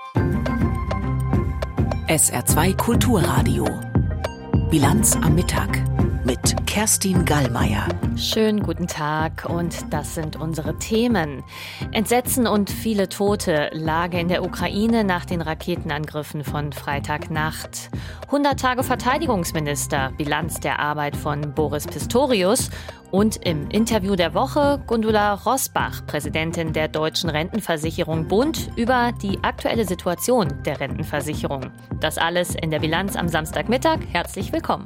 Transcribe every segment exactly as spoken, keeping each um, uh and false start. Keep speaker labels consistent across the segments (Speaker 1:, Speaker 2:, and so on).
Speaker 1: S R zwei Kulturradio. Bilanz am Mittag mit Kerstin Gallmeier.
Speaker 2: Schönen guten Tag und das sind unsere Themen. Entsetzen und viele Tote, Lage in der Ukraine nach den Raketenangriffen von Freitagnacht. hundert Tage Verteidigungsminister, Bilanz der Arbeit von Boris Pistorius. Und im Interview der Woche Gundula Rosbach, Präsidentin der Deutschen Rentenversicherung Bund, über die aktuelle Situation der Rentenversicherung. Das alles in der Bilanz am Samstagmittag. Herzlich willkommen.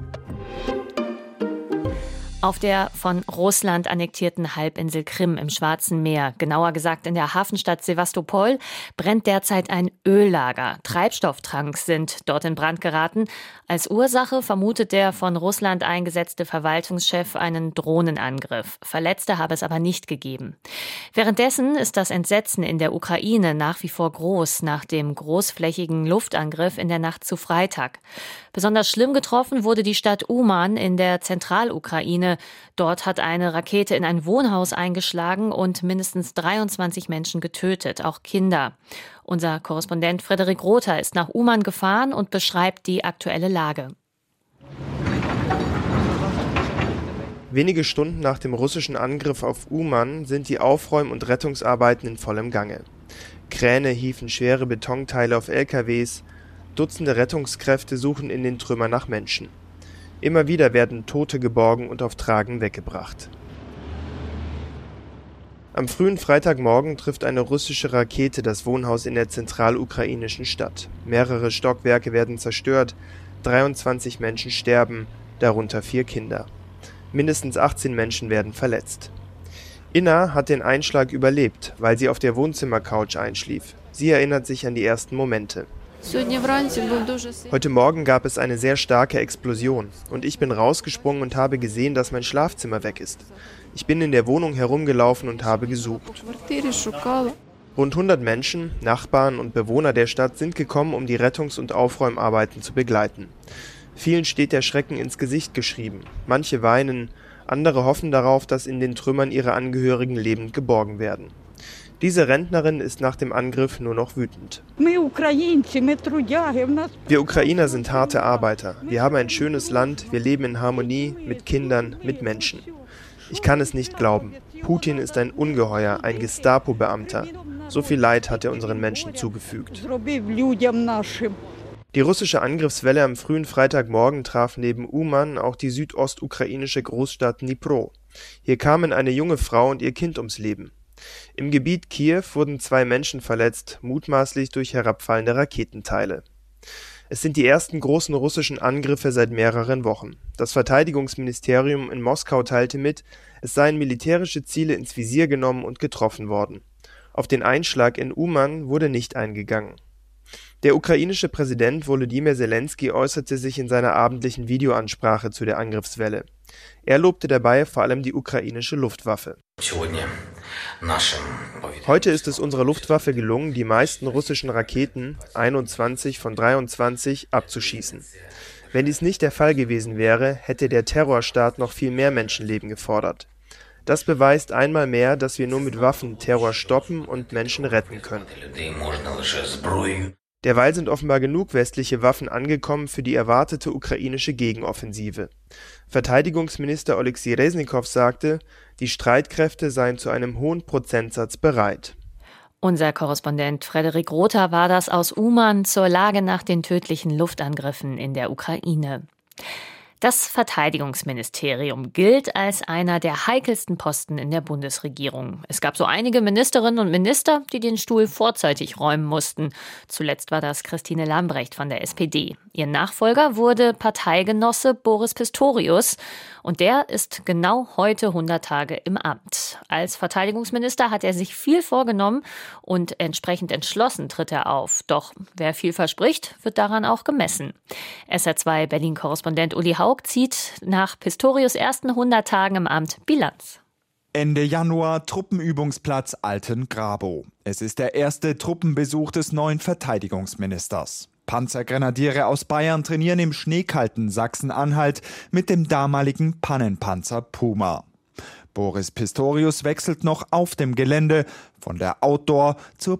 Speaker 2: Auf der von Russland annektierten Halbinsel Krim im Schwarzen Meer, genauer gesagt in der Hafenstadt Sewastopol, brennt derzeit ein Öllager. Treibstofftanks sind dort in Brand geraten. Als Ursache vermutet der von Russland eingesetzte Verwaltungschef einen Drohnenangriff. Verletzte habe es aber nicht gegeben. Währenddessen ist das Entsetzen in der Ukraine nach wie vor groß nach dem großflächigen Luftangriff in der Nacht zu Freitag. Besonders schlimm getroffen wurde die Stadt Uman in der Zentralukraine. Dort hat eine Rakete in ein Wohnhaus eingeschlagen und mindestens dreiundzwanzig Menschen getötet, auch Kinder. Unser Korrespondent Frederik Rother ist nach Uman gefahren und beschreibt die aktuelle Lage.
Speaker 3: Wenige Stunden nach dem russischen Angriff auf Uman sind die Aufräum- und Rettungsarbeiten in vollem Gange. Kräne hieven schwere Betonteile auf L K Ws, Dutzende Rettungskräfte suchen in den Trümmern nach Menschen. Immer wieder werden Tote geborgen und auf Tragen weggebracht. Am frühen Freitagmorgen trifft eine russische Rakete das Wohnhaus in der zentralukrainischen Stadt. Mehrere Stockwerke werden zerstört, dreiundzwanzig Menschen sterben, darunter vier Kinder. Mindestens achtzehn Menschen werden verletzt. Inna hat den Einschlag überlebt, weil sie auf der Wohnzimmercouch einschlief. Sie erinnert sich an die ersten Momente. Heute Morgen gab es eine sehr starke Explosion und ich bin rausgesprungen und habe gesehen, dass mein Schlafzimmer weg ist. Ich bin in der Wohnung herumgelaufen und habe gesucht. Rund hundert Menschen, Nachbarn und Bewohner der Stadt sind gekommen, um die Rettungs- und Aufräumarbeiten zu begleiten. Vielen steht der Schrecken ins Gesicht geschrieben. Manche weinen, andere hoffen darauf, dass in den Trümmern ihre Angehörigen lebend geborgen werden. Diese Rentnerin ist nach dem Angriff nur noch wütend. Wir Ukrainer sind harte Arbeiter. Wir haben ein schönes Land, wir leben in Harmonie mit Kindern, mit Menschen. Ich kann es nicht glauben. Putin ist ein Ungeheuer, ein Gestapo-Beamter. So viel Leid hat er unseren Menschen zugefügt. Die russische Angriffswelle am frühen Freitagmorgen traf neben Uman auch die südostukrainische Großstadt Dnipro. Hier kamen eine junge Frau und ihr Kind ums Leben. Im Gebiet Kiew wurden zwei Menschen verletzt, mutmaßlich durch herabfallende Raketenteile. Es sind die ersten großen russischen Angriffe seit mehreren Wochen. Das Verteidigungsministerium in Moskau teilte mit, es seien militärische Ziele ins Visier genommen und getroffen worden. Auf den Einschlag in Uman wurde nicht eingegangen. Der ukrainische Präsident Volodymyr Zelensky äußerte sich in seiner abendlichen Videoansprache zu der Angriffswelle. Er lobte dabei vor allem die ukrainische Luftwaffe. Heute ist es unserer Luftwaffe gelungen, die meisten russischen Raketen, einundzwanzig von dreiundzwanzig, abzuschießen. Wenn dies nicht der Fall gewesen wäre, hätte der Terrorstaat noch viel mehr Menschenleben gefordert. Das beweist einmal mehr, dass wir nur mit Waffen Terror stoppen und Menschen retten können. Derweil sind offenbar genug westliche Waffen angekommen für die erwartete ukrainische Gegenoffensive. Verteidigungsminister Oleksiy Reznikow sagte, die Streitkräfte seien zu einem hohen Prozentsatz bereit.
Speaker 2: Unser Korrespondent Frederik Rother war das aus Uman zur Lage nach den tödlichen Luftangriffen in der Ukraine. Das Verteidigungsministerium gilt als einer der heikelsten Posten in der Bundesregierung. Es gab so einige Ministerinnen und Minister, die den Stuhl vorzeitig räumen mussten. Zuletzt war das Christine Lambrecht von der S P D. Ihr Nachfolger wurde Parteigenosse Boris Pistorius. Und der ist genau heute hundert Tage im Amt. Als Verteidigungsminister hat er sich viel vorgenommen und entsprechend entschlossen tritt er auf. Doch wer viel verspricht, wird daran auch gemessen. S R zwei Berlin-Korrespondent Uli Haug zieht nach Pistorius' ersten hundert Tagen im Amt Bilanz.
Speaker 4: Ende Januar Truppenübungsplatz Altengrabow. Es ist der erste Truppenbesuch des neuen Verteidigungsministers. Panzergrenadiere aus Bayern trainieren im schneekalten Sachsen-Anhalt mit dem damaligen Pannenpanzer Puma. Boris Pistorius wechselt noch auf dem Gelände von der Outdoor- zur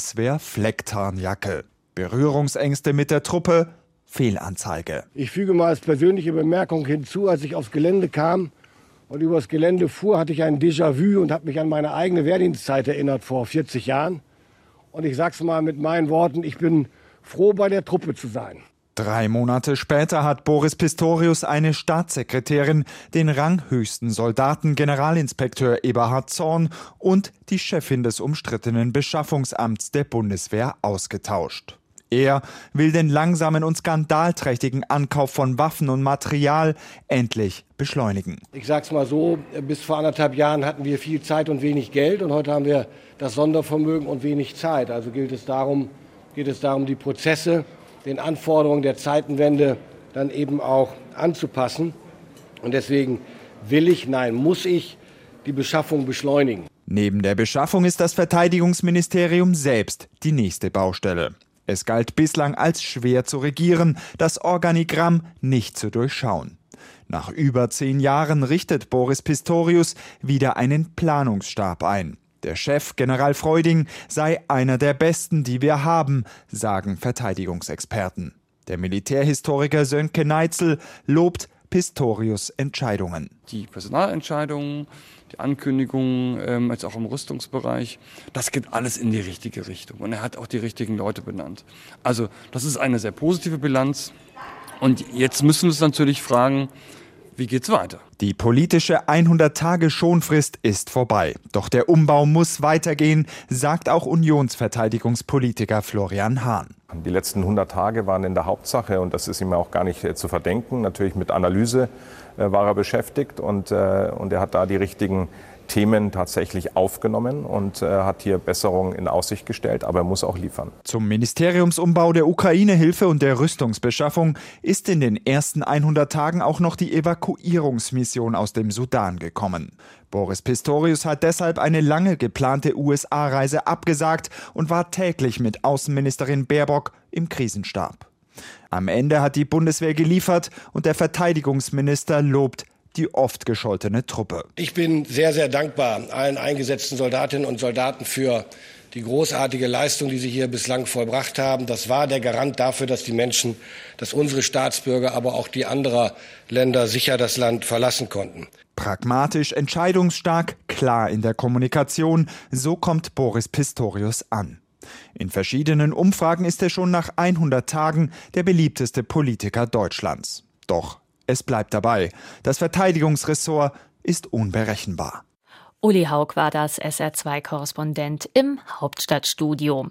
Speaker 4: Bundeswehr-Flecktarnjacke. Berührungsängste mit der Truppe, Fehlanzeige.
Speaker 5: Ich füge mal als persönliche Bemerkung hinzu, als ich aufs Gelände kam und übers Gelände fuhr, hatte ich ein Déjà-vu und habe mich an meine eigene Wehrdienstzeit erinnert vor vierzig Jahren. Und ich sag's mal mit meinen Worten, ich bin froh, bei der Truppe zu sein.
Speaker 4: Drei Monate später hat Boris Pistorius eine Staatssekretärin, den ranghöchsten Soldaten Generalinspekteur Eberhard Zorn und die Chefin des umstrittenen Beschaffungsamts der Bundeswehr ausgetauscht. Er will den langsamen und skandalträchtigen Ankauf von Waffen und Material endlich beschleunigen.
Speaker 5: Ich sag's mal so, bis vor anderthalb Jahren hatten wir viel Zeit und wenig Geld und heute haben wir das Sondervermögen und wenig Zeit. Also gilt es darum, geht es darum, die Prozesse den Anforderungen der Zeitenwende dann eben auch anzupassen. Und deswegen will ich, nein, muss ich die Beschaffung beschleunigen.
Speaker 4: Neben der Beschaffung ist das Verteidigungsministerium selbst die nächste Baustelle. Es galt bislang als schwer zu regieren, das Organigramm nicht zu durchschauen. Nach über zehn Jahren richtet Boris Pistorius wieder einen Planungsstab ein. Der Chef, General Freuding, sei einer der besten, die wir haben, sagen Verteidigungsexperten. Der Militärhistoriker Sönke Neitzel lobt Pistorius' Entscheidungen.
Speaker 6: Die Personalentscheidungen, die Ankündigungen, ähm, jetzt auch im Rüstungsbereich, das geht alles in die richtige Richtung. Und er hat auch die richtigen Leute benannt. Also das ist eine sehr positive Bilanz. Und jetzt müssen wir uns natürlich fragen, wie geht's weiter?
Speaker 4: Die politische hundert-Tage-Schonfrist ist vorbei. Doch der Umbau muss weitergehen, sagt auch Unionsverteidigungspolitiker Florian Hahn.
Speaker 7: Die letzten hundert Tage waren in der Hauptsache, und das ist ihm auch gar nicht äh, zu verdenken, natürlich mit Analyse äh, war er beschäftigt und, äh, und er hat da die richtigen Themen tatsächlich aufgenommen und äh, hat hier Besserungen in Aussicht gestellt, aber er muss auch liefern.
Speaker 4: Zum Ministeriumsumbau der Ukraine-Hilfe und der Rüstungsbeschaffung ist in den ersten hundert Tagen auch noch die Evakuierungsmission aus dem Sudan gekommen. Boris Pistorius hat deshalb eine lange geplante U S A-Reise abgesagt und war täglich mit Außenministerin Baerbock im Krisenstab. Am Ende hat die Bundeswehr geliefert und der Verteidigungsminister lobt die oft gescholtene Truppe.
Speaker 5: Ich bin sehr, sehr dankbar allen eingesetzten Soldatinnen und Soldaten für die großartige Leistung, die sie hier bislang vollbracht haben. Das war der Garant dafür, dass die Menschen, dass unsere Staatsbürger, aber auch die anderer Länder sicher das Land verlassen konnten.
Speaker 4: Pragmatisch, entscheidungsstark, klar in der Kommunikation, so kommt Boris Pistorius an. In verschiedenen Umfragen ist er schon nach hundert Tagen der beliebteste Politiker Deutschlands. Doch es bleibt dabei. Das Verteidigungsressort ist unberechenbar.
Speaker 2: Uli Haug war das S R zwei Korrespondent im Hauptstadtstudio.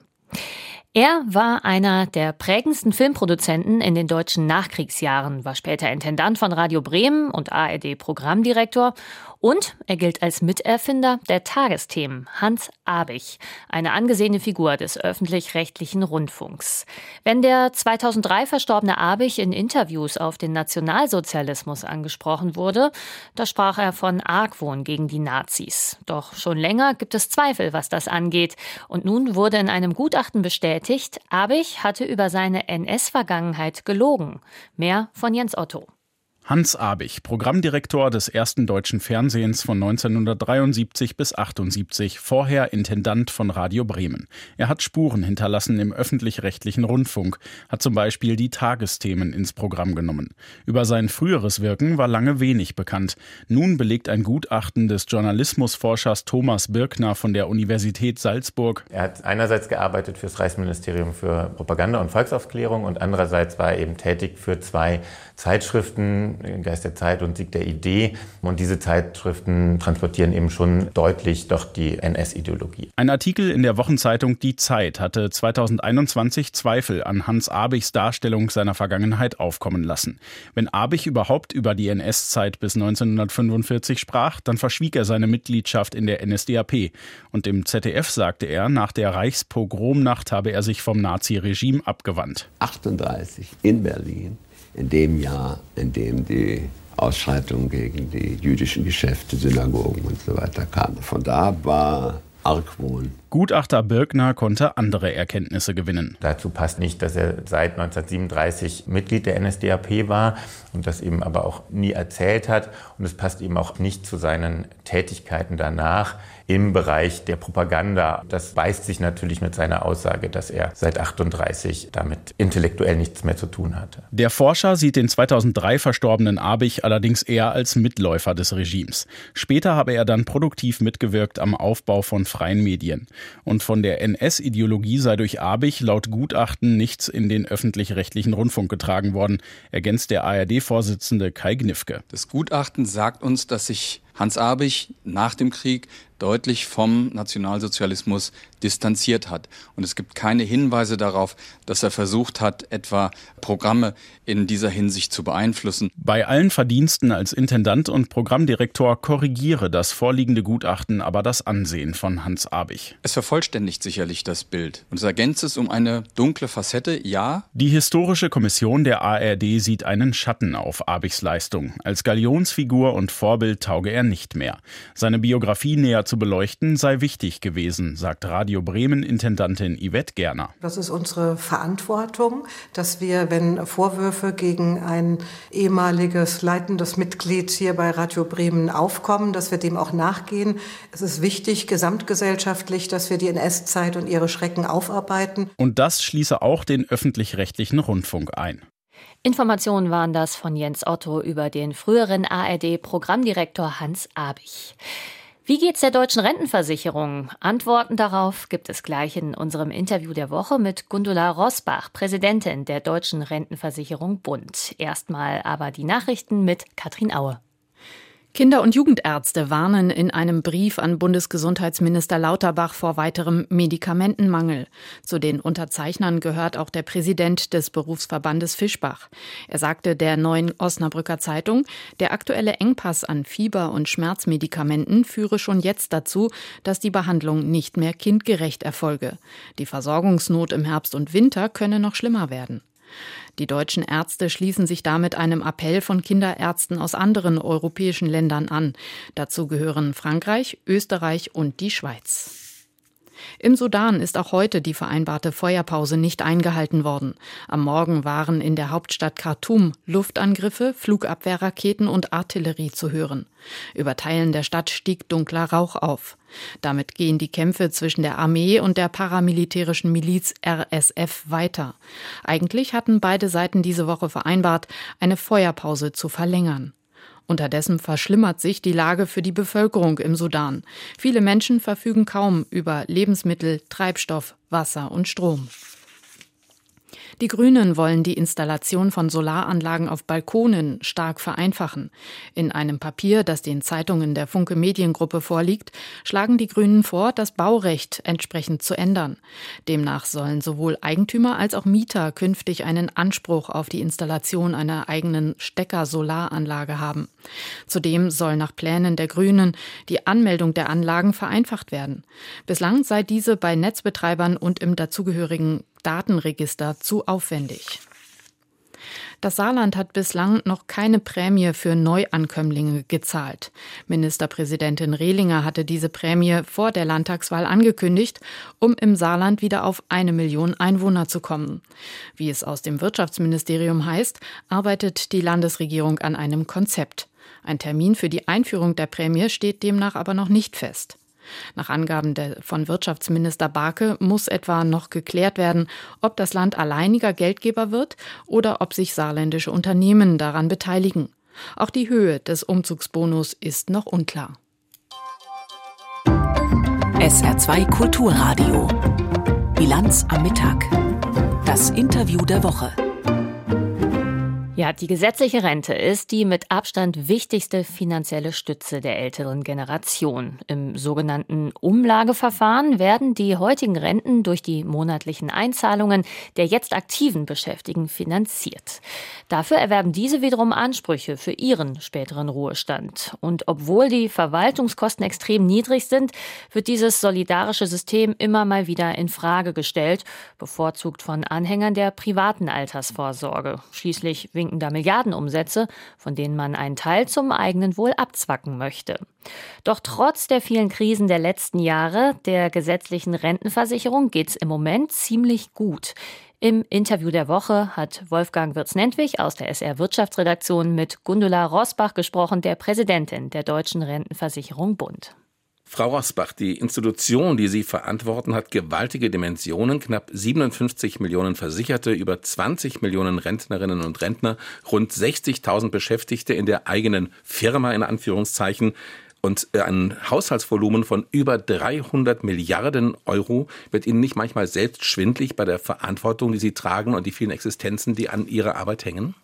Speaker 2: Er war einer der prägendsten Filmproduzenten in den deutschen Nachkriegsjahren, war später Intendant von Radio Bremen und A R D-Programmdirektor. Und er gilt als Miterfinder der Tagesthemen, Hans Abich, eine angesehene Figur des öffentlich-rechtlichen Rundfunks. Wenn der zweitausenddrei verstorbene Abich in Interviews auf den Nationalsozialismus angesprochen wurde, da sprach er von Argwohn gegen die Nazis. Doch schon länger gibt es Zweifel, was das angeht. Und nun wurde in einem Gutachten bestätigt, Abich hatte über seine N S-Vergangenheit gelogen. Mehr von Jens Otto.
Speaker 8: Hans Abich, Programmdirektor des ersten deutschen Fernsehens von neunzehnhundertdreiundsiebzig bis achtundsiebzig, vorher Intendant von Radio Bremen. Er hat Spuren hinterlassen im öffentlich-rechtlichen Rundfunk, hat zum Beispiel die Tagesthemen ins Programm genommen. Über sein früheres Wirken war lange wenig bekannt. Nun belegt ein Gutachten des Journalismusforschers Thomas Birkner von der Universität Salzburg.
Speaker 9: Er hat einerseits gearbeitet für das Reichsministerium für Propaganda und Volksaufklärung und andererseits war er eben tätig für zwei Zeitschriften, Geist der Zeit und Sieg der Idee. Und diese Zeitschriften transportieren eben schon deutlich doch die N S-Ideologie.
Speaker 8: Ein Artikel in der Wochenzeitung Die Zeit hatte zweitausendeinundzwanzig Zweifel an Hans Abichs Darstellung seiner Vergangenheit aufkommen lassen. Wenn Abich überhaupt über die N S-Zeit bis neunzehnhundertfünfundvierzig sprach, dann verschwieg er seine Mitgliedschaft in der N S D A P. Und im Z D F sagte er, nach der Reichspogromnacht habe er sich vom Naziregime abgewandt.
Speaker 10: achtunddreißig in Berlin. In dem Jahr, in dem die Ausschreitungen gegen die jüdischen Geschäfte, Synagogen und so weiter kamen. Von da war Argwohn.
Speaker 8: Gutachter Birkner konnte andere Erkenntnisse gewinnen.
Speaker 9: Dazu passt nicht, dass er seit neunzehnhundertsiebenunddreißig Mitglied der N S D A P war und das eben aber auch nie erzählt hat. Und es passt eben auch nicht zu seinen Tätigkeiten danach im Bereich der Propaganda. Das beißt sich natürlich mit seiner Aussage, dass er seit achtunddreißig damit intellektuell nichts mehr zu tun hatte.
Speaker 8: Der Forscher sieht den zweitausenddrei verstorbenen Abich allerdings eher als Mitläufer des Regimes. Später habe er dann produktiv mitgewirkt am Aufbau von freien Medien. Und von der N S-Ideologie sei durch Abich laut Gutachten nichts in den öffentlich-rechtlichen Rundfunk getragen worden, ergänzt der A R D-Vorsitzende Kai Gnifke.
Speaker 11: Das Gutachten sagt uns, dass sich Hans Abich nach dem Krieg deutlich vom Nationalsozialismus distanziert hat. Und es gibt keine Hinweise darauf, dass er versucht hat, etwa Programme in dieser Hinsicht zu beeinflussen.
Speaker 8: Bei allen Verdiensten als Intendant und Programmdirektor korrigiere das vorliegende Gutachten aber das Ansehen von Hans Abich.
Speaker 11: Es vervollständigt sicherlich das Bild und es ergänzt es um eine dunkle Facette, ja.
Speaker 8: Die Historische Kommission der A R D sieht einen Schatten auf Abichs Leistung. Als Galionsfigur und Vorbild tauge er nicht mehr. Seine Biografie näher zu beleuchten sei wichtig gewesen, sagt Radio Bremen-Intendantin Yvette Gerner.
Speaker 12: Das ist unsere Verantwortung, dass wir, wenn Vorwürfe gegen ein ehemaliges leitendes Mitglied hier bei Radio Bremen aufkommen, dass wir dem auch nachgehen. Es ist wichtig, gesamtgesellschaftlich, dass wir die N S-Zeit und ihre Schrecken aufarbeiten.
Speaker 8: Und das schließe auch den öffentlich-rechtlichen Rundfunk ein.
Speaker 2: Informationen waren das von Jens Otto über den früheren A R D-Programmdirektor Hans Abich. Wie geht's der deutschen Rentenversicherung? Antworten darauf gibt es gleich in unserem Interview der Woche mit Gundula Rosbach, Präsidentin der Deutschen Rentenversicherung Bund. Erstmal aber die Nachrichten mit Katrin Aue.
Speaker 13: Kinder- und Jugendärzte warnen in einem Brief an Bundesgesundheitsminister Lauterbach vor weiterem Medikamentenmangel. Zu den Unterzeichnern gehört auch der Präsident des Berufsverbandes Fischbach. Er sagte der Neuen Osnabrücker Zeitung, der aktuelle Engpass an Fieber- und Schmerzmedikamenten führe schon jetzt dazu, dass die Behandlung nicht mehr kindgerecht erfolge. Die Versorgungsnot im Herbst und Winter könne noch schlimmer werden. Die deutschen Ärzte schließen sich damit einem Appell von Kinderärzten aus anderen europäischen Ländern an. Dazu gehören Frankreich, Österreich und die Schweiz. Im Sudan ist auch heute die vereinbarte Feuerpause nicht eingehalten worden. Am Morgen waren in der Hauptstadt Khartoum Luftangriffe, Flugabwehrraketen und Artillerie zu hören. Über Teilen der Stadt stieg dunkler Rauch auf. Damit gehen die Kämpfe zwischen der Armee und der paramilitärischen Miliz R S F weiter. Eigentlich hatten beide Seiten diese Woche vereinbart, eine Feuerpause zu verlängern. Unterdessen verschlimmert sich die Lage für die Bevölkerung im Sudan. Viele Menschen verfügen kaum über Lebensmittel, Treibstoff, Wasser und Strom. Die Grünen wollen die Installation von Solaranlagen auf Balkonen stark vereinfachen. In einem Papier, das den Zeitungen der Funke Mediengruppe vorliegt, schlagen die Grünen vor, das Baurecht entsprechend zu ändern. Demnach sollen sowohl Eigentümer als auch Mieter künftig einen Anspruch auf die Installation einer eigenen Stecker-Solaranlage haben. Zudem soll nach Plänen der Grünen die Anmeldung der Anlagen vereinfacht werden. Bislang sei diese bei Netzbetreibern und im dazugehörigen Datenregister zu aufwendig. Das Saarland hat bislang noch keine Prämie für Neuankömmlinge gezahlt. Ministerpräsidentin Rehlinger hatte diese Prämie vor der Landtagswahl angekündigt, um im Saarland wieder auf eine Million Einwohner zu kommen. Wie es aus dem Wirtschaftsministerium heißt, arbeitet die Landesregierung an einem Konzept. Ein Termin für die Einführung der Prämie steht demnach aber noch nicht fest. Nach Angaben der, von Wirtschaftsminister Barke muss etwa noch geklärt werden, ob das Land alleiniger Geldgeber wird oder ob sich saarländische Unternehmen daran beteiligen. Auch die Höhe des Umzugsbonus ist noch unklar.
Speaker 1: S R zwei Kulturradio. Bilanz am Mittag. Das Interview der Woche.
Speaker 2: Ja, die gesetzliche Rente ist die mit Abstand wichtigste finanzielle Stütze der älteren Generation. Im sogenannten Umlageverfahren werden die heutigen Renten durch die monatlichen Einzahlungen der jetzt aktiven Beschäftigten finanziert. Dafür erwerben diese wiederum Ansprüche für ihren späteren Ruhestand. Und obwohl die Verwaltungskosten extrem niedrig sind, wird dieses solidarische System immer mal wieder in Frage gestellt, bevorzugt von Anhängern der privaten Altersvorsorge. Schließlich winken sinkender Milliardenumsätze, von denen man einen Teil zum eigenen Wohl abzwacken möchte. Doch trotz der vielen Krisen der letzten Jahre der gesetzlichen Rentenversicherung geht's im Moment ziemlich gut. Im Interview der Woche hat Wolfgang Wirtz-Nentwich aus der S R-Wirtschaftsredaktion mit Gundula Rosbach gesprochen, der Präsidentin der Deutschen Rentenversicherung Bund.
Speaker 14: Frau Rosbach, die Institution, die Sie verantworten, hat gewaltige Dimensionen. Knapp siebenundfünfzig Millionen Versicherte, über zwanzig Millionen Rentnerinnen und Rentner, rund sechzigtausend Beschäftigte in der eigenen Firma, in Anführungszeichen, und ein Haushaltsvolumen von über dreihundert Milliarden Euro. Wird Ihnen nicht manchmal selbst schwindlig bei der Verantwortung, die Sie tragen und die vielen Existenzen, die an Ihrer Arbeit hängen?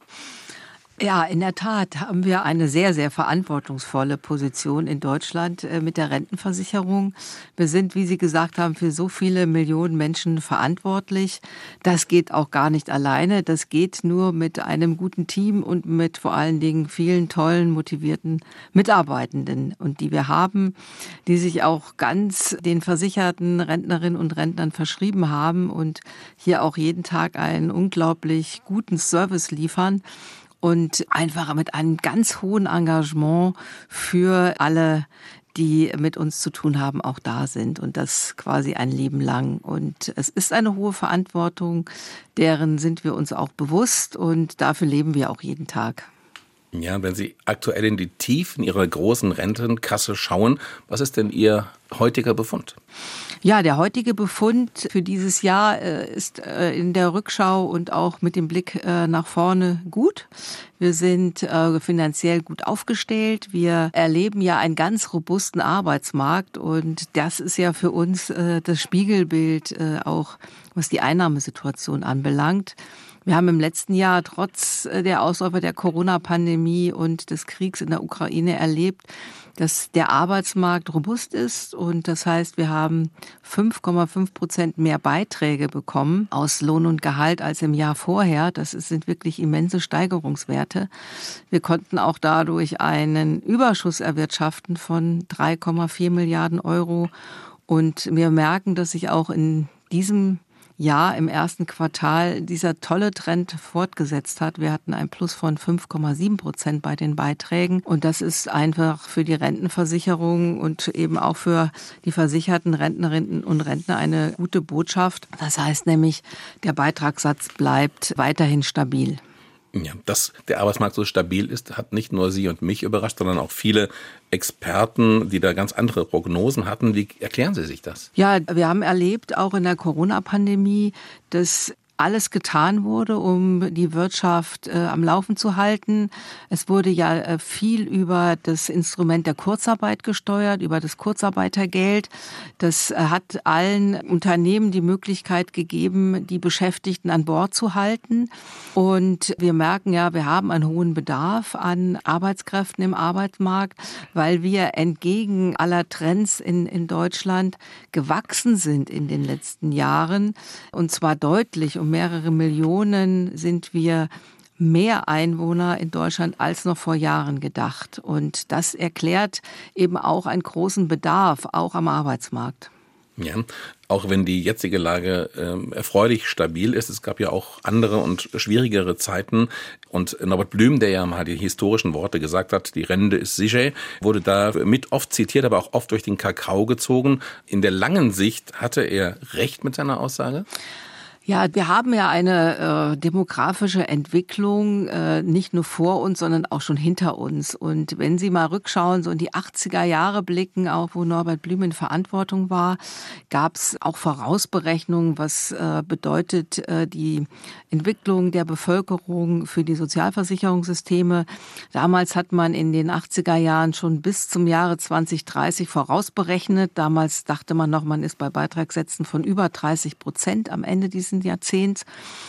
Speaker 15: Ja, in der Tat haben wir eine sehr, sehr verantwortungsvolle Position in Deutschland äh, mit der Rentenversicherung. Wir sind, wie Sie gesagt haben, für so viele Millionen Menschen verantwortlich. Das geht auch gar nicht alleine. Das geht nur mit einem guten Team und mit vor allen Dingen vielen tollen, motivierten Mitarbeitenden, und die wir haben, die sich auch ganz den versicherten Rentnerinnen und Rentnern verschrieben haben und hier auch jeden Tag einen unglaublich guten Service liefern. Und einfach mit einem ganz hohen Engagement für alle, die mit uns zu tun haben, auch da sind. Und das quasi ein Leben lang. Und es ist eine hohe Verantwortung, deren sind wir uns auch bewusst. Und dafür leben wir auch jeden Tag.
Speaker 14: Ja, wenn Sie aktuell in die Tiefen Ihrer großen Rentenkasse schauen, was ist denn Ihr heutiger Befund?
Speaker 15: Ja, der heutige Befund für dieses Jahr äh, ist äh, in der Rückschau und auch mit dem Blick äh, nach vorne gut. Wir sind äh, finanziell gut aufgestellt. Wir erleben ja einen ganz robusten Arbeitsmarkt, und das ist ja für uns äh, das Spiegelbild äh, auch, was die Einnahmesituation anbelangt. Wir haben im letzten Jahr trotz der Ausläufer der Corona-Pandemie und des Kriegs in der Ukraine erlebt, dass der Arbeitsmarkt robust ist, und das heißt, wir haben fünf Komma fünf Prozent mehr Beiträge bekommen aus Lohn und Gehalt als im Jahr vorher. Das sind wirklich immense Steigerungswerte. Wir konnten auch dadurch einen Überschuss erwirtschaften von drei Komma vier Milliarden Euro, und wir merken, dass sich auch in diesem Jahr im ersten Quartal dieser tolle Trend fortgesetzt hat. Wir hatten ein Plus von fünf Komma sieben Prozent bei den Beiträgen, und das ist einfach für die Rentenversicherung und eben auch für die versicherten Rentnerinnen und Rentner eine gute Botschaft. Das heißt nämlich, der Beitragssatz bleibt weiterhin stabil.
Speaker 14: Ja, dass der Arbeitsmarkt so stabil ist, hat nicht nur Sie und mich überrascht, sondern auch viele Experten, die da ganz andere Prognosen hatten. Wie erklären Sie sich das?
Speaker 15: Ja, wir haben erlebt, auch in der Corona-Pandemie, dass alles getan wurde, um die Wirtschaft äh, am Laufen zu halten. Es wurde ja äh, viel über das Instrument der Kurzarbeit gesteuert, über das Kurzarbeitergeld. Das äh, hat allen Unternehmen die Möglichkeit gegeben, die Beschäftigten an Bord zu halten. Und wir merken ja, wir haben einen hohen Bedarf an Arbeitskräften im Arbeitsmarkt, weil wir entgegen aller Trends in, in Deutschland gewachsen sind in den letzten Jahren. Und zwar deutlich. Um mehrere Millionen sind wir mehr Einwohner in Deutschland als noch vor Jahren gedacht. Und das erklärt eben auch einen großen Bedarf, auch am Arbeitsmarkt.
Speaker 14: Ja, auch wenn die jetzige Lage äh, erfreulich stabil ist, es gab ja auch andere und schwierigere Zeiten. Und Norbert Blüm, der ja mal die historischen Worte gesagt hat, die Rente ist sicher, wurde da mit oft zitiert, aber auch oft durch den Kakao gezogen. In der langen Sicht hatte er recht mit seiner Aussage?
Speaker 15: Ja, wir haben ja eine äh, demografische Entwicklung äh, nicht nur vor uns, sondern auch schon hinter uns. Und wenn Sie mal rückschauen, so in die achtziger Jahre blicken, auch wo Norbert Blüm in Verantwortung war, gab es auch Vorausberechnungen, was äh, bedeutet äh, die Entwicklung der Bevölkerung für die Sozialversicherungssysteme. Damals hat man in den achtziger Jahren schon bis zum Jahre zwanzig dreißig vorausberechnet. Damals dachte man noch, man ist bei Beitragssätzen von über dreißig Prozent am Ende dieses Jahrzehnts,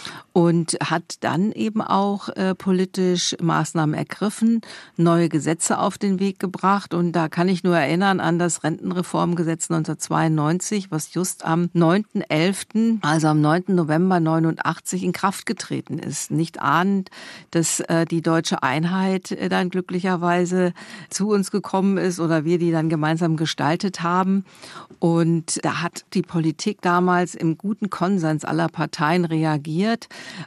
Speaker 15: und hat dann eben auch äh, politisch Maßnahmen ergriffen, neue Gesetze auf den Weg gebracht. Und da kann ich nur erinnern an das Rentenreformgesetz neunzehnhundertzweiundneunzig, was just am neunten elften, also am neunten November neunundachtzig in Kraft getreten ist. Nicht ahnend, dass äh, die deutsche Einheit äh, dann glücklicherweise zu uns gekommen ist oder wir die dann gemeinsam gestaltet haben. Und da hat die Politik damals im guten Konsens aller Parteien reagiert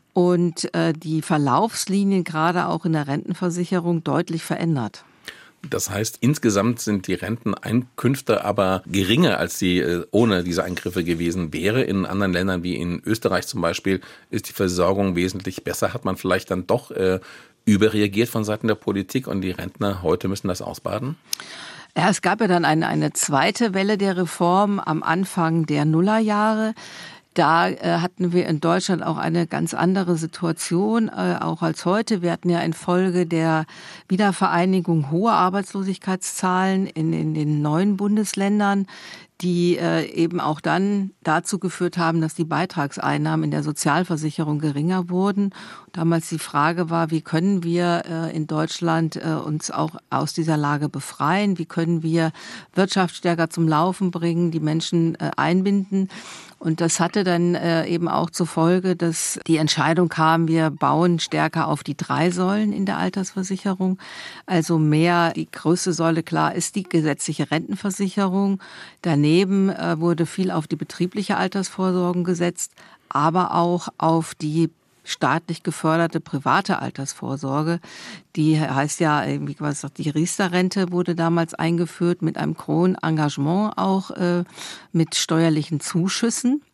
Speaker 15: und äh, die Verlaufslinien gerade auch in der Rentenversicherung deutlich verändert.
Speaker 14: Das heißt, insgesamt sind die Renteneinkünfte aber geringer, als sie äh, ohne diese Eingriffe gewesen wäre. In anderen Ländern wie in Österreich zum Beispiel ist die Versorgung wesentlich besser. Hat man vielleicht dann doch äh, überreagiert von Seiten der Politik und die Rentner heute müssen das ausbaden?
Speaker 15: Ja, es gab ja dann eine, eine zweite Welle der Reform am Anfang der Nullerjahre. Da äh, hatten wir in Deutschland auch eine ganz andere Situation, äh, auch als heute. Wir hatten ja infolge der Wiedervereinigung hohe Arbeitslosigkeitszahlen in, in den neuen Bundesländern, die äh, eben auch dann dazu geführt haben, dass die Beitragseinnahmen in der Sozialversicherung geringer wurden. Damals die Frage war, wie können wir äh, in Deutschland äh, uns auch aus dieser Lage befreien? Wie können wir Wirtschaft stärker zum Laufen bringen, die Menschen äh, einbinden? Und das hatte dann äh, eben auch zur Folge, dass die Entscheidung kam, wir bauen stärker auf die drei Säulen in der Altersversicherung. Also mehr, die größte Säule, klar, ist die gesetzliche Rentenversicherung. Daneben äh, wurde viel auf die betriebliche Altersvorsorge gesetzt, aber auch auf die staatlich geförderte private Altersvorsorge. Die heißt ja, wie gesagt, die Riester-Rente wurde damals eingeführt mit einem hohen Engagement, auch äh, mit steuerlichen Zuschüssen.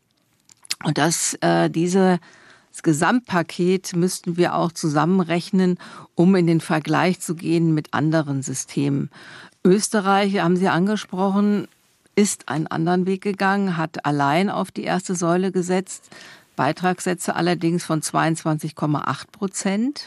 Speaker 15: Und das, äh, diese, das Gesamtpaket müssten wir auch zusammenrechnen, um in den Vergleich zu gehen mit anderen Systemen. Österreich, haben Sie angesprochen, ist einen anderen Weg gegangen, hat allein auf die erste Säule gesetzt, Beitragssätze allerdings von zweiundzwanzig Komma acht Prozent.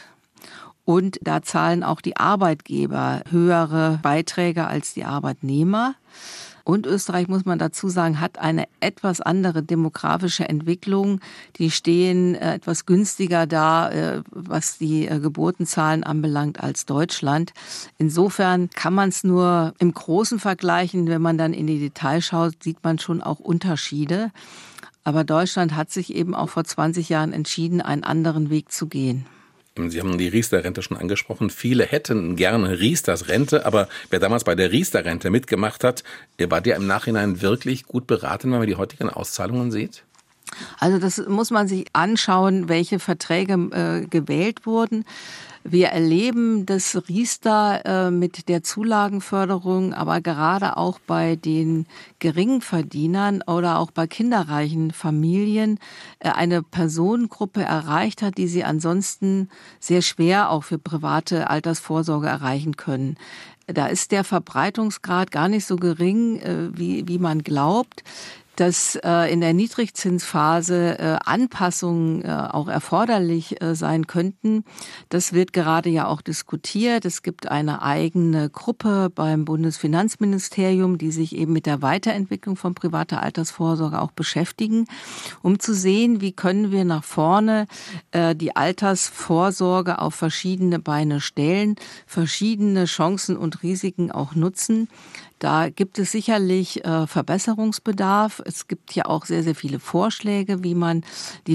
Speaker 15: Und da zahlen auch die Arbeitgeber höhere Beiträge als die Arbeitnehmer. Und Österreich, muss man dazu sagen, hat eine etwas andere demografische Entwicklung. Die stehen äh, etwas günstiger da, äh, was die äh, Geburtenzahlen anbelangt, als Deutschland. Insofern kann man es nur im Großen vergleichen. Wenn man dann in die Details schaut, sieht man schon auch Unterschiede. Aber Deutschland hat sich eben auch vor zwanzig Jahren entschieden, einen anderen Weg zu gehen.
Speaker 14: Sie haben die Riester-Rente schon angesprochen. Viele hätten gerne Riesters Rente, aber wer damals bei der Riester-Rente mitgemacht hat, war der im Nachhinein wirklich gut beraten, wenn man die heutigen Auszahlungen sieht?
Speaker 15: Also das muss man sich anschauen, welche Verträge äh, gewählt wurden. Wir erleben, dass Riester äh, mit der Zulagenförderung, aber gerade auch bei den Geringverdienern oder auch bei kinderreichen Familien äh, eine Personengruppe erreicht hat, die sie ansonsten sehr schwer auch für private Altersvorsorge erreichen können. Da ist der Verbreitungsgrad gar nicht so gering, äh, wie, wie man glaubt. Dass äh, in der Niedrigzinsphase äh, Anpassungen äh, auch erforderlich äh, sein könnten. Das wird gerade ja auch diskutiert. Es gibt eine eigene Gruppe beim Bundesfinanzministerium, die sich eben mit der Weiterentwicklung von privater Altersvorsorge auch beschäftigen, um zu sehen, wie können wir nach vorne äh, die Altersvorsorge auf verschiedene Beine stellen, verschiedene Chancen und Risiken auch nutzen. Da gibt es sicherlich äh, Verbesserungsbedarf. Es gibt ja auch sehr, sehr viele Vorschläge, wie man die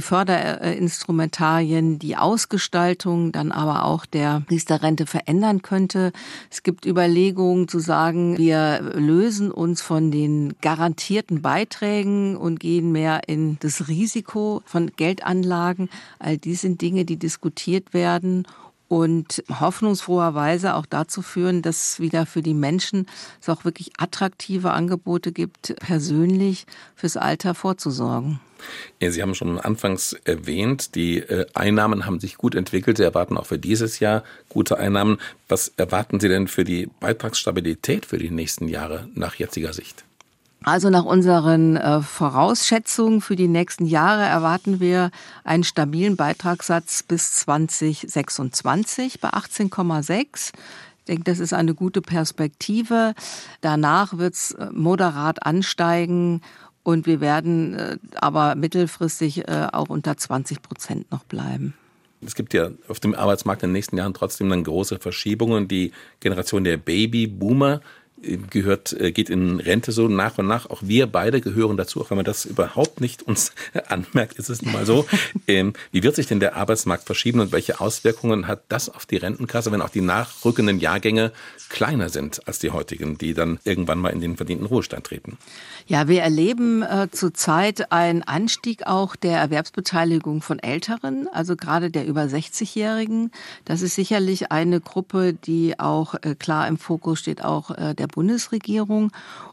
Speaker 15: Förderinstrumentarien, die Ausgestaltung, dann aber auch der Riester-Rente verändern könnte. Es gibt Überlegungen zu sagen, wir lösen uns von den garantierten Beiträgen und gehen mehr in das Risiko von Geldanlagen. All dies sind Dinge, die diskutiert werden und hoffnungsfroherweise auch dazu führen, dass es wieder für die Menschen es auch wirklich attraktive Angebote gibt, persönlich fürs Alter vorzusorgen.
Speaker 14: Ja, Sie haben schon anfangs erwähnt, die Einnahmen haben sich gut entwickelt. Sie erwarten auch für dieses Jahr gute Einnahmen. Was erwarten Sie denn für die Beitragsstabilität für die nächsten Jahre nach jetziger Sicht?
Speaker 15: Also nach unseren äh, Vorausschätzungen für die nächsten Jahre erwarten wir einen stabilen Beitragssatz bis zwanzig sechsundzwanzig bei achtzehn Komma sechs. Ich denke, das ist eine gute Perspektive. Danach wird es äh, moderat ansteigen und wir werden äh, aber mittelfristig äh, auch unter zwanzig Prozent noch bleiben.
Speaker 14: Es gibt ja auf dem Arbeitsmarkt in den nächsten Jahren trotzdem dann große Verschiebungen. Die Generation der Babyboomer, gehört, geht in Rente so nach und nach. Auch wir beide gehören dazu, auch wenn man das überhaupt nicht uns anmerkt, ist es nun mal so. Ähm, wie wird sich denn der Arbeitsmarkt verschieben und welche Auswirkungen hat das auf die Rentenkasse, wenn auch die nachrückenden Jahrgänge kleiner sind als die heutigen, die dann irgendwann mal in den verdienten Ruhestand treten?
Speaker 15: Ja, wir erleben äh, zurzeit einen Anstieg auch der Erwerbsbeteiligung von Älteren, also gerade der über sechzigjährigen. Das ist sicherlich eine Gruppe, die auch äh, klar im Fokus steht, auch äh, der Bundesregierung.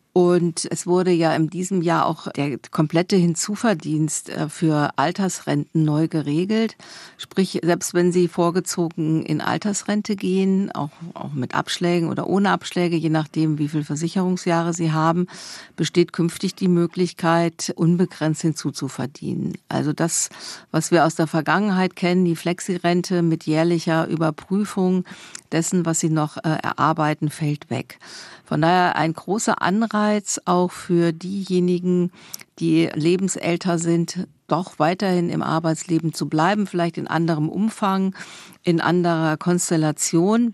Speaker 15: Und es wurde ja in diesem Jahr auch der komplette Hinzuverdienst für Altersrenten neu geregelt. Sprich, selbst wenn Sie vorgezogen in Altersrente gehen, auch, auch mit Abschlägen oder ohne Abschläge, je nachdem, wie viele Versicherungsjahre Sie haben, besteht künftig die Möglichkeit, unbegrenzt hinzuzuverdienen. Also das, was wir aus der Vergangenheit kennen, die Flexirente mit jährlicher Überprüfung dessen, was Sie noch äh, erarbeiten, fällt weg. Von daher ein großer Anreiz auch für diejenigen, die lebensälter sind, doch weiterhin im Arbeitsleben zu bleiben, vielleicht in anderem Umfang, in anderer Konstellation.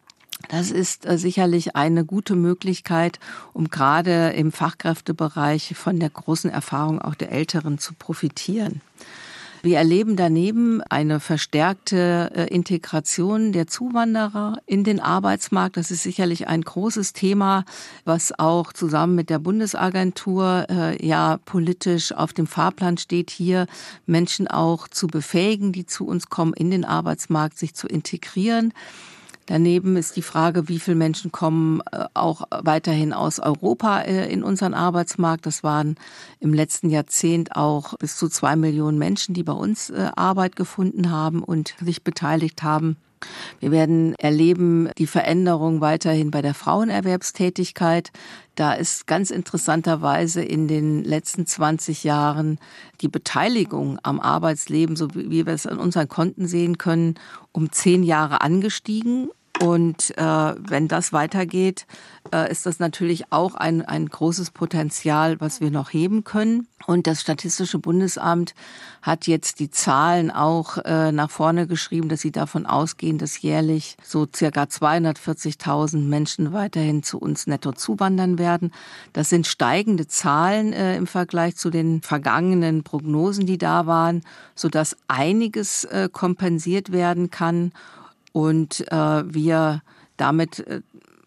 Speaker 15: Das ist äh, sicherlich eine gute Möglichkeit, um gerade im Fachkräftebereich von der großen Erfahrung auch der Älteren zu profitieren. Wir erleben daneben eine verstärkte Integration der Zuwanderer in den Arbeitsmarkt. Das ist sicherlich ein großes Thema, was auch zusammen mit der Bundesagentur äh, ja politisch auf dem Fahrplan steht, hier Menschen auch zu befähigen, die zu uns kommen, in den Arbeitsmarkt sich zu integrieren. Daneben ist die Frage, wie viele Menschen kommen auch weiterhin aus Europa in unseren Arbeitsmarkt. Das waren im letzten Jahrzehnt auch bis zu zwei Millionen Menschen, die bei uns Arbeit gefunden haben und sich beteiligt haben. Wir werden erleben die Veränderung weiterhin bei der Frauenerwerbstätigkeit. Da ist ganz interessanterweise in den letzten zwanzig Jahren die Beteiligung am Arbeitsleben, so wie wir es an unseren Konten sehen können, um zehn Jahre angestiegen. Und äh, wenn das weitergeht, äh, ist das natürlich auch ein, ein großes Potenzial, was wir noch heben können. Und das Statistische Bundesamt hat jetzt die Zahlen auch äh, nach vorne geschrieben, dass sie davon ausgehen, dass jährlich so circa zweihundertvierzigtausend Menschen weiterhin zu uns netto zuwandern werden. Das sind steigende Zahlen äh, im Vergleich zu den vergangenen Prognosen, die da waren, sodass einiges äh, kompensiert werden kann. Und äh, wir damit äh,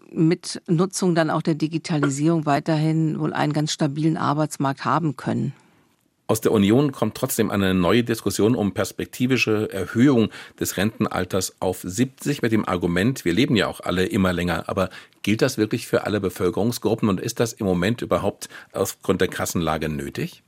Speaker 15: mit Nutzung dann auch der Digitalisierung weiterhin wohl einen ganz stabilen Arbeitsmarkt haben können.
Speaker 14: Aus der Union kommt trotzdem eine neue Diskussion um perspektivische Erhöhung des Rentenalters auf siebzig mit dem Argument, wir leben ja auch alle immer länger. Aber gilt das wirklich für alle Bevölkerungsgruppen und ist das im Moment überhaupt aufgrund der Kassenlage nötig?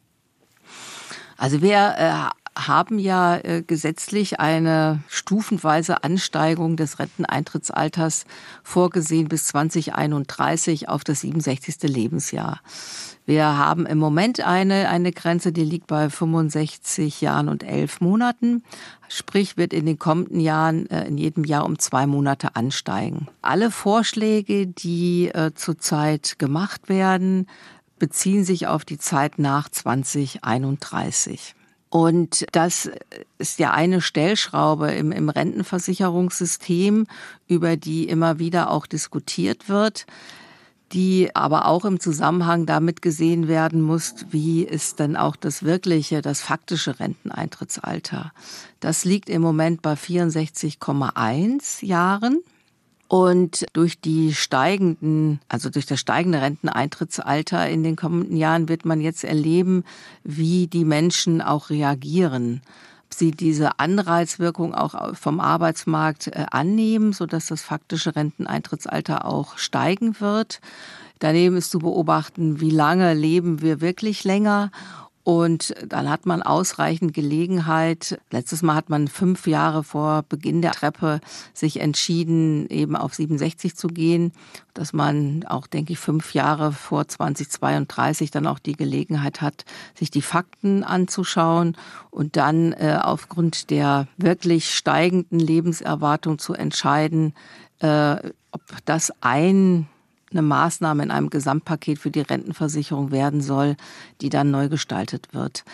Speaker 15: Also wir äh, haben ja äh, gesetzlich eine stufenweise Ansteigerung des Renteneintrittsalters vorgesehen bis zweitausendeinunddreißig auf das siebenundsechzigste Lebensjahr. Wir haben im Moment eine, eine Grenze, die liegt bei fünfundsechzig Jahren und elf Monaten. Sprich, wird in den kommenden Jahren äh, in jedem Jahr um zwei Monate ansteigen. Alle Vorschläge, die äh, zurzeit gemacht werden, beziehen sich auf die Zeit nach zweitausendeinunddreißig. Und das ist ja eine Stellschraube im, im Rentenversicherungssystem, über die immer wieder auch diskutiert wird, die aber auch im Zusammenhang damit gesehen werden muss, wie ist denn auch das wirkliche, das faktische Renteneintrittsalter. Das liegt im Moment bei vierundsechzig Komma eins Jahren. Und durch die steigenden, also durch das steigende Renteneintrittsalter in den kommenden Jahren wird man jetzt erleben, wie die Menschen auch reagieren. Ob sie diese Anreizwirkung auch vom Arbeitsmarkt annehmen, sodass das faktische Renteneintrittsalter auch steigen wird. Daneben ist zu beobachten, wie lange leben wir wirklich länger. Und dann hat man ausreichend Gelegenheit. Letztes Mal hat man fünf Jahre vor Beginn der Treppe sich entschieden, eben auf siebenundsechzig zu gehen. Dass man auch, denke ich, fünf Jahre vor zweitausendzweiunddreißig dann auch die Gelegenheit hat, sich die Fakten anzuschauen und dann äh, aufgrund der wirklich steigenden Lebenserwartung zu entscheiden, äh, ob das ein eine Maßnahme in einem Gesamtpaket für die Rentenversicherung werden soll, die dann neu gestaltet wird.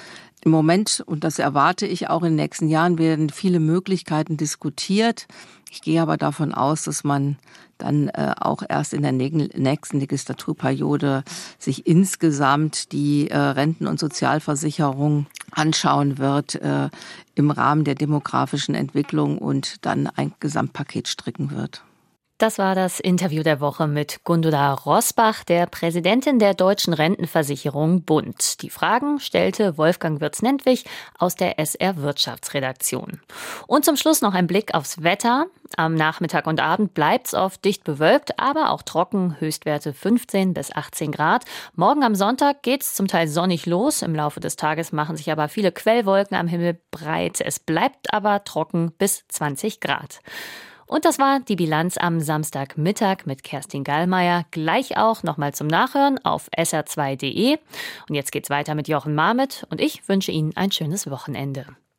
Speaker 15: Im Moment, und das erwarte ich auch in den nächsten Jahren, werden viele Möglichkeiten diskutiert. Ich gehe aber davon aus, dass man dann äh, auch erst in der nächsten Legislaturperiode sich insgesamt die äh, Renten- und Sozialversicherung anschauen wird äh, im Rahmen der demografischen Entwicklung und dann ein Gesamtpaket stricken wird.
Speaker 2: Das war das Interview der Woche mit Gundula Rosbach, der Präsidentin der Deutschen Rentenversicherung Bund. Die Fragen stellte Wolfgang Wirtz-Nentwich aus der S R Wirtschaftsredaktion. Und zum Schluss noch ein Blick aufs Wetter. Am Nachmittag und Abend bleibt's oft dicht bewölkt, aber auch trocken, Höchstwerte fünfzehn bis achtzehn Grad. Morgen am Sonntag geht's zum Teil sonnig los. Im Laufe des Tages machen sich aber viele Quellwolken am Himmel breit. Es bleibt aber trocken bis zwanzig Grad. Und das war die Bilanz am Samstagmittag mit Kerstin Gallmeier. Gleich auch nochmal zum Nachhören auf S R zwei punkt de. Und jetzt geht's weiter mit Jochen Marmet und ich wünsche Ihnen ein schönes Wochenende.